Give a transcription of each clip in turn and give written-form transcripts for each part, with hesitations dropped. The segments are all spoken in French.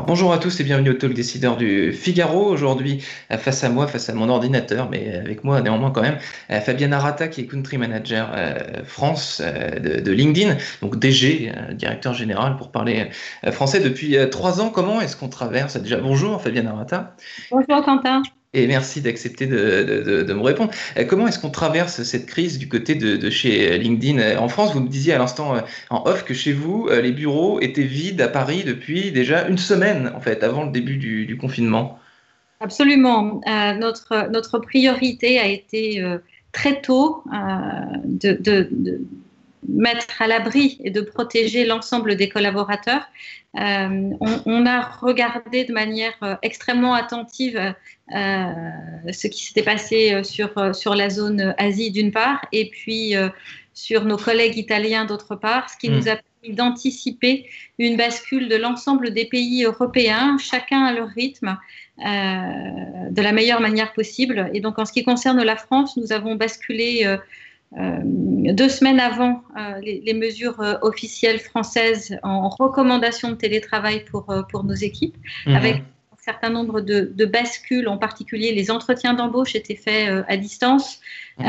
Bonjour à tous et bienvenue au Talk Décideur du Figaro. Aujourd'hui, face à moi, face à mon ordinateur, mais avec moi néanmoins quand même, Fabienne Arata qui est Country Manager France de LinkedIn, donc DG, directeur général pour parler français depuis 3 ans. Comment est-ce qu'on traverse? Déjà, bonjour Fabienne Arata. Bonjour Quentin. Et merci d'accepter de me répondre. Comment est-ce qu'on traverse cette crise du côté de chez LinkedIn en France? Vous me disiez à l'instant en off que chez vous, les bureaux étaient vides à Paris depuis déjà une semaine, en fait, avant le début du confinement. Absolument. Notre priorité a été très tôt de mettre à l'abri et de protéger l'ensemble des collaborateurs. On a regardé de manière extrêmement attentive ce qui s'était passé sur la zone Asie d'une part et puis sur nos collègues italiens d'autre part, ce qui nous a permis d'anticiper une bascule de l'ensemble des pays européens, chacun à leur rythme, de la meilleure manière possible. Et donc en ce qui concerne la France, nous avons basculé 2 semaines avant les mesures officielles françaises en recommandation de télétravail pour nos équipes, avec un certain nombre de bascules, en particulier les entretiens d'embauche étaient faits à distance,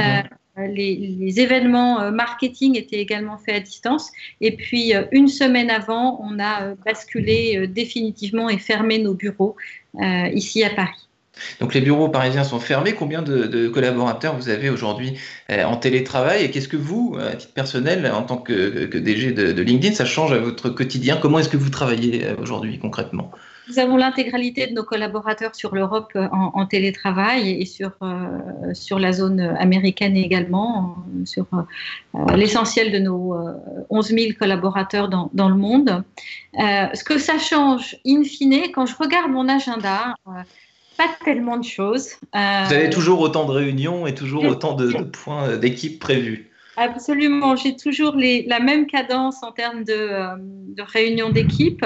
les événements marketing étaient également faits à distance, et puis une semaine avant, on a basculé définitivement et fermé nos bureaux ici à Paris. Donc les bureaux parisiens sont fermés. Combien de collaborateurs vous avez aujourd'hui en télétravail? Et qu'est-ce que vous, à titre personnel, en tant que DG de LinkedIn, ça change à votre quotidien? Comment est-ce que vous travaillez aujourd'hui concrètement? Nous avons l'intégralité de nos collaborateurs sur l'Europe en télétravail et sur la zone américaine également, sur l'essentiel de nos 11 000 collaborateurs dans le monde. Ce que ça change, in fine, quand je regarde mon agenda, pas tellement de choses. Vous avez toujours autant de réunions et toujours autant de points d'équipe prévus. Absolument, j'ai toujours la même cadence en termes de réunions d'équipe.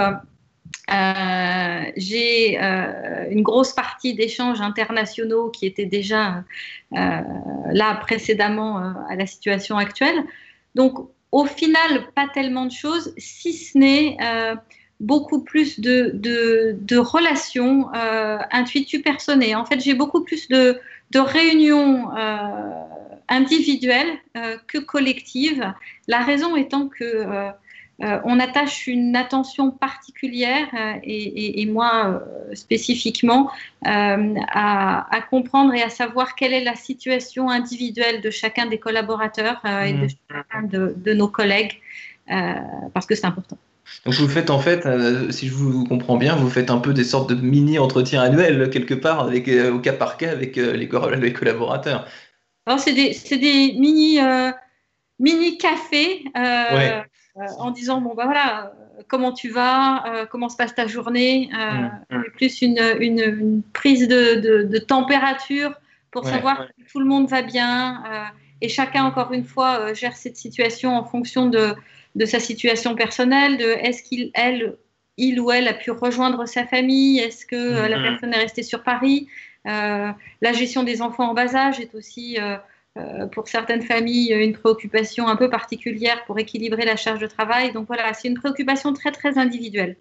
J'ai une grosse partie d'échanges internationaux qui étaient déjà là précédemment à la situation actuelle. Donc, au final, pas tellement de choses, si ce n'est beaucoup plus de relations intuitu-personnées. En fait, j'ai beaucoup plus de réunions individuelles que collectives. La raison étant que on attache une attention particulière, et moi spécifiquement, à comprendre et à savoir quelle est la situation individuelle de chacun des collaborateurs et de chacun de nos collègues, parce que c'est important. Donc vous faites en fait, si je vous comprends bien, vous faites un peu des sortes de mini-entretiens annuels quelque part avec, au cas par cas avec les collaborateurs. Alors c'est des mini cafés Ouais. en disant bon bah voilà, comment tu vas, comment se passe ta journée, plus une prise de température pour Ouais. savoir si tout le monde va bien, et chacun encore une fois gère cette situation en fonction de sa situation personnelle, de est-ce il ou elle a pu rejoindre sa famille, est-ce que la personne est restée sur Paris. La gestion des enfants en bas âge est aussi pour certaines familles une préoccupation un peu particulière pour équilibrer la charge de travail. Donc voilà, c'est une préoccupation très très individuelle.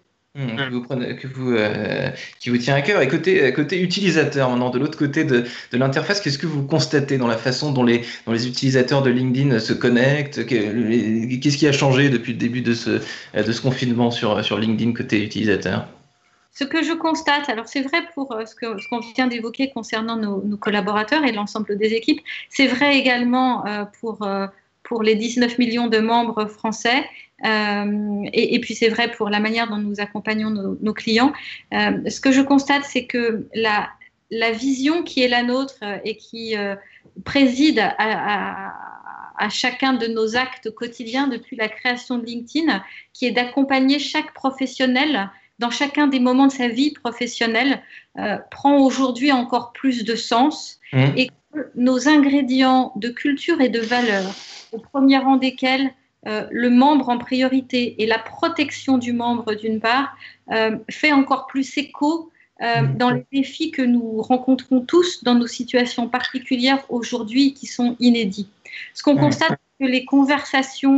Qui vous tient à cœur. Et côté utilisateur, maintenant, de l'autre côté de l'interface, qu'est-ce que vous constatez dans la façon dont les utilisateurs de LinkedIn se connectent? Qu'est-ce qui a changé depuis le début de ce confinement sur LinkedIn côté utilisateur? Ce que je constate, alors c'est vrai pour ce qu'on vient d'évoquer concernant nos collaborateurs et l'ensemble des équipes, c'est vrai également pour les 19 millions de membres français, et puis c'est vrai pour la manière dont nous accompagnons nos clients. Ce que je constate, c'est que la vision qui est la nôtre et qui préside à chacun de nos actes quotidiens depuis la création de LinkedIn, qui est d'accompagner chaque professionnel dans chacun des moments de sa vie professionnelle, prend aujourd'hui encore plus de sens, et que nos ingrédients de culture et de valeur, au premier rang desquels le membre en priorité et la protection du membre d'une part, fait encore plus écho dans les défis que nous rencontrons tous dans nos situations particulières aujourd'hui qui sont inédits. Ce qu'on constate, c'est que les conversations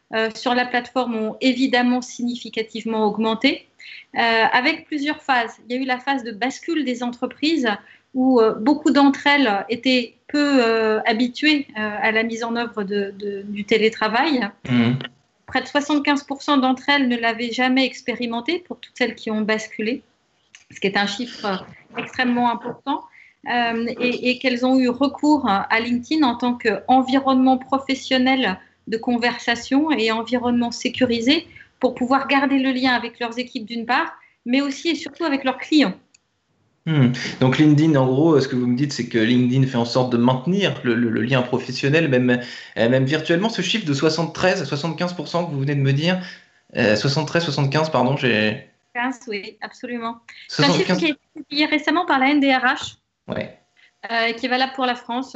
sur la plateforme ont évidemment significativement augmenté, avec plusieurs phases. Il y a eu la phase de bascule des entreprises où beaucoup d'entre elles étaient peu habituées à la mise en œuvre du télétravail. Près de 75% d'entre elles ne l'avaient jamais expérimenté, pour toutes celles qui ont basculé, ce qui est un chiffre extrêmement important, et qu'elles ont eu recours à LinkedIn en tant qu'environnement professionnel de conversation et environnement sécurisé pour pouvoir garder le lien avec leurs équipes d'une part, mais aussi et surtout avec leurs clients. Donc LinkedIn, en gros, ce que vous me dites, c'est que LinkedIn fait en sorte de maintenir le lien professionnel, même virtuellement. Ce chiffre de 73 à 75% que vous venez de me dire, 73, 75, pardon, j'ai... 15, oui, absolument. C'est un 75... chiffre qui a été publié récemment par la NDRH, ouais. Qui est valable pour la France.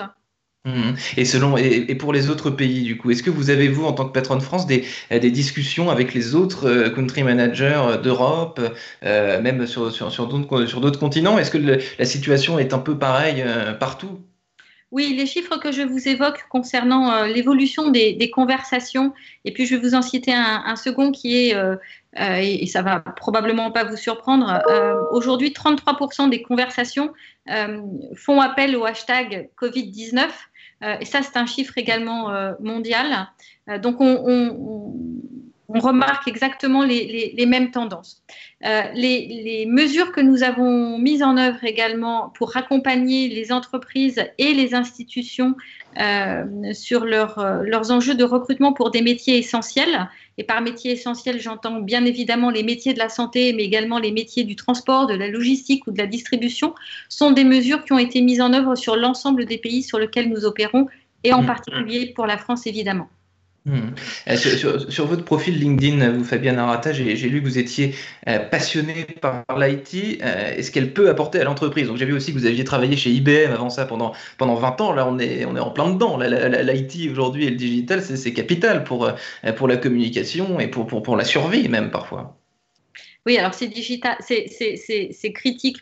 Et pour les autres pays, du coup, est-ce que vous avez, vous, en tant que patronne France, des discussions avec les autres country managers d'Europe, même sur d'autres continents? Est-ce que la situation est un peu pareille partout? Oui, les chiffres que je vous évoque concernant l'évolution des conversations, et puis je vais vous en citer un second qui est, et ça va probablement pas vous surprendre, aujourd'hui 33% des conversations font appel au hashtag Covid-19, et ça c'est un chiffre également mondial. Donc on remarque exactement les mêmes tendances. Les mesures que nous avons mises en œuvre également pour accompagner les entreprises et les institutions sur leurs enjeux de recrutement pour des métiers essentiels. Et par métiers essentiels, j'entends bien évidemment les métiers de la santé, mais également les métiers du transport, de la logistique ou de la distribution, sont des mesures qui ont été mises en œuvre sur l'ensemble des pays sur lesquels nous opérons, et en particulier pour la France, évidemment. Sur votre profil LinkedIn, vous, Fabienne Arata, j'ai lu que vous étiez passionnée par l'IT et ce qu'elle peut apporter à l'entreprise. Donc j'ai vu aussi que vous aviez travaillé chez IBM avant ça pendant 20 ans. Là, on est en plein dedans. L'IT aujourd'hui et le digital, c'est capital pour la communication et pour la survie même parfois. Oui, alors c'est digital, c'est critique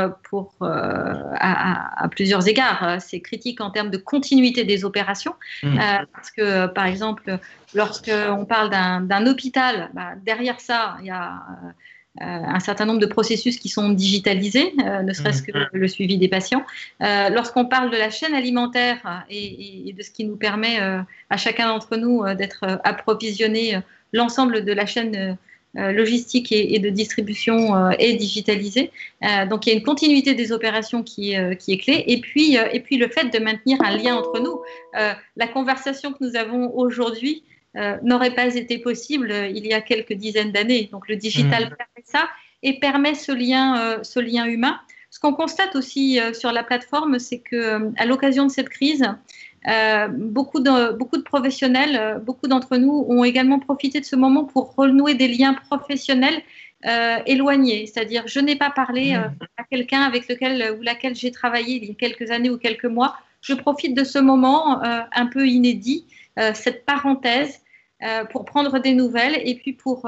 à plusieurs égards. C'est critique en termes de continuité des opérations, parce que par exemple, lorsqu'on parle d'un hôpital, derrière ça, il y a un certain nombre de processus qui sont digitalisés, ne serait-ce que le suivi des patients. Lorsqu'on parle de la chaîne alimentaire et de ce qui nous permet à chacun d'entre nous d'être approvisionné, l'ensemble de la chaîne logistique et de distribution est digitalisée. Donc il y a une continuité des opérations qui est clé. Et puis le fait de maintenir un lien entre nous. La conversation que nous avons aujourd'hui n'aurait pas été possible il y a quelques dizaines d'années. Donc le digital permet ça et permet ce lien humain. Ce qu'on constate aussi sur la plateforme, c'est qu'à l'occasion de cette crise, beaucoup de professionnels, beaucoup d'entre nous ont également profité de ce moment pour renouer des liens professionnels éloignés. C'est-à-dire, je n'ai pas parlé à quelqu'un avec lequel ou laquelle j'ai travaillé il y a quelques années ou quelques mois. Je profite de ce moment un peu inédit, cette parenthèse, pour prendre des nouvelles et puis pour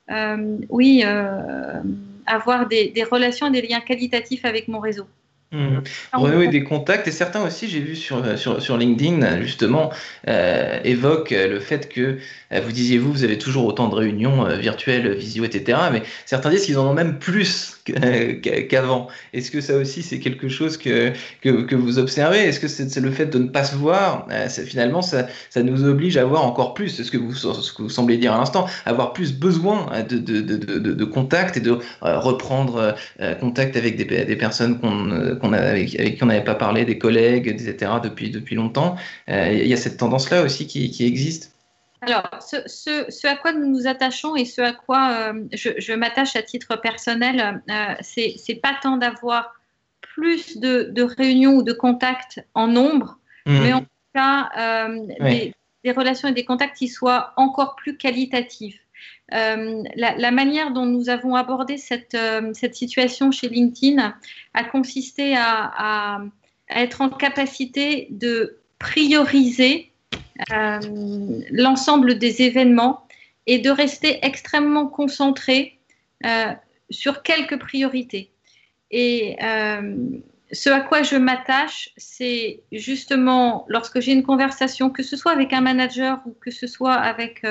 avoir des relations, des liens qualitatifs avec mon réseau. Renouer des contacts, et certains aussi, j'ai vu sur LinkedIn, justement, évoquent le fait que, vous disiez, vous avez toujours autant de réunions virtuelles, visio, etc., mais certains disent qu'ils en ont même plus qu'avant. Est-ce que ça aussi, c'est quelque chose que vous observez? Est-ce que c'est le fait de ne pas se voir, finalement, ça nous oblige à avoir encore plus, ce que vous semblez dire à l'instant, avoir plus besoin de contact et de reprendre contact avec des personnes avec qui on n'avait pas parlé, des collègues, etc., depuis longtemps. Il y a cette tendance-là aussi qui existe. Alors, ce à quoi nous nous attachons et ce à quoi je m'attache à titre personnel, c'est pas tant d'avoir plus de réunions ou de contacts en nombre, mais en tout cas des relations et des contacts qui soient encore plus qualitatifs. La manière dont nous avons abordé cette situation chez LinkedIn a consisté à être en capacité de prioriser l'ensemble des événements et de rester extrêmement concentré sur quelques priorités. Et ce à quoi je m'attache, c'est justement lorsque j'ai une conversation, que ce soit avec un manager ou que ce soit avec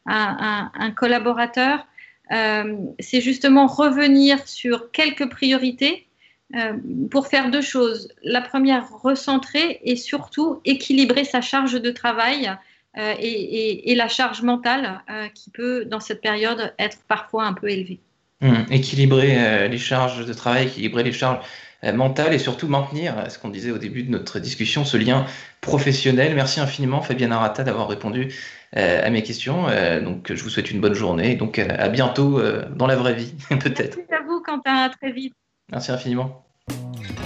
un collaborateur, c'est justement revenir sur quelques priorités pour faire deux choses. La première, recentrer et surtout équilibrer sa charge de travail et la charge mentale qui peut, dans cette période, être parfois un peu élevée. Équilibrer les charges de travail, équilibrer les charges mentales et surtout maintenir, ce qu'on disait au début de notre discussion, ce lien professionnel. Merci infiniment, Fabienne Arata, d'avoir répondu à mes questions. Donc, je vous souhaite une bonne journée et donc à bientôt dans la vraie vie, peut-être. Merci à vous, Quentin. À très vite. Merci infiniment.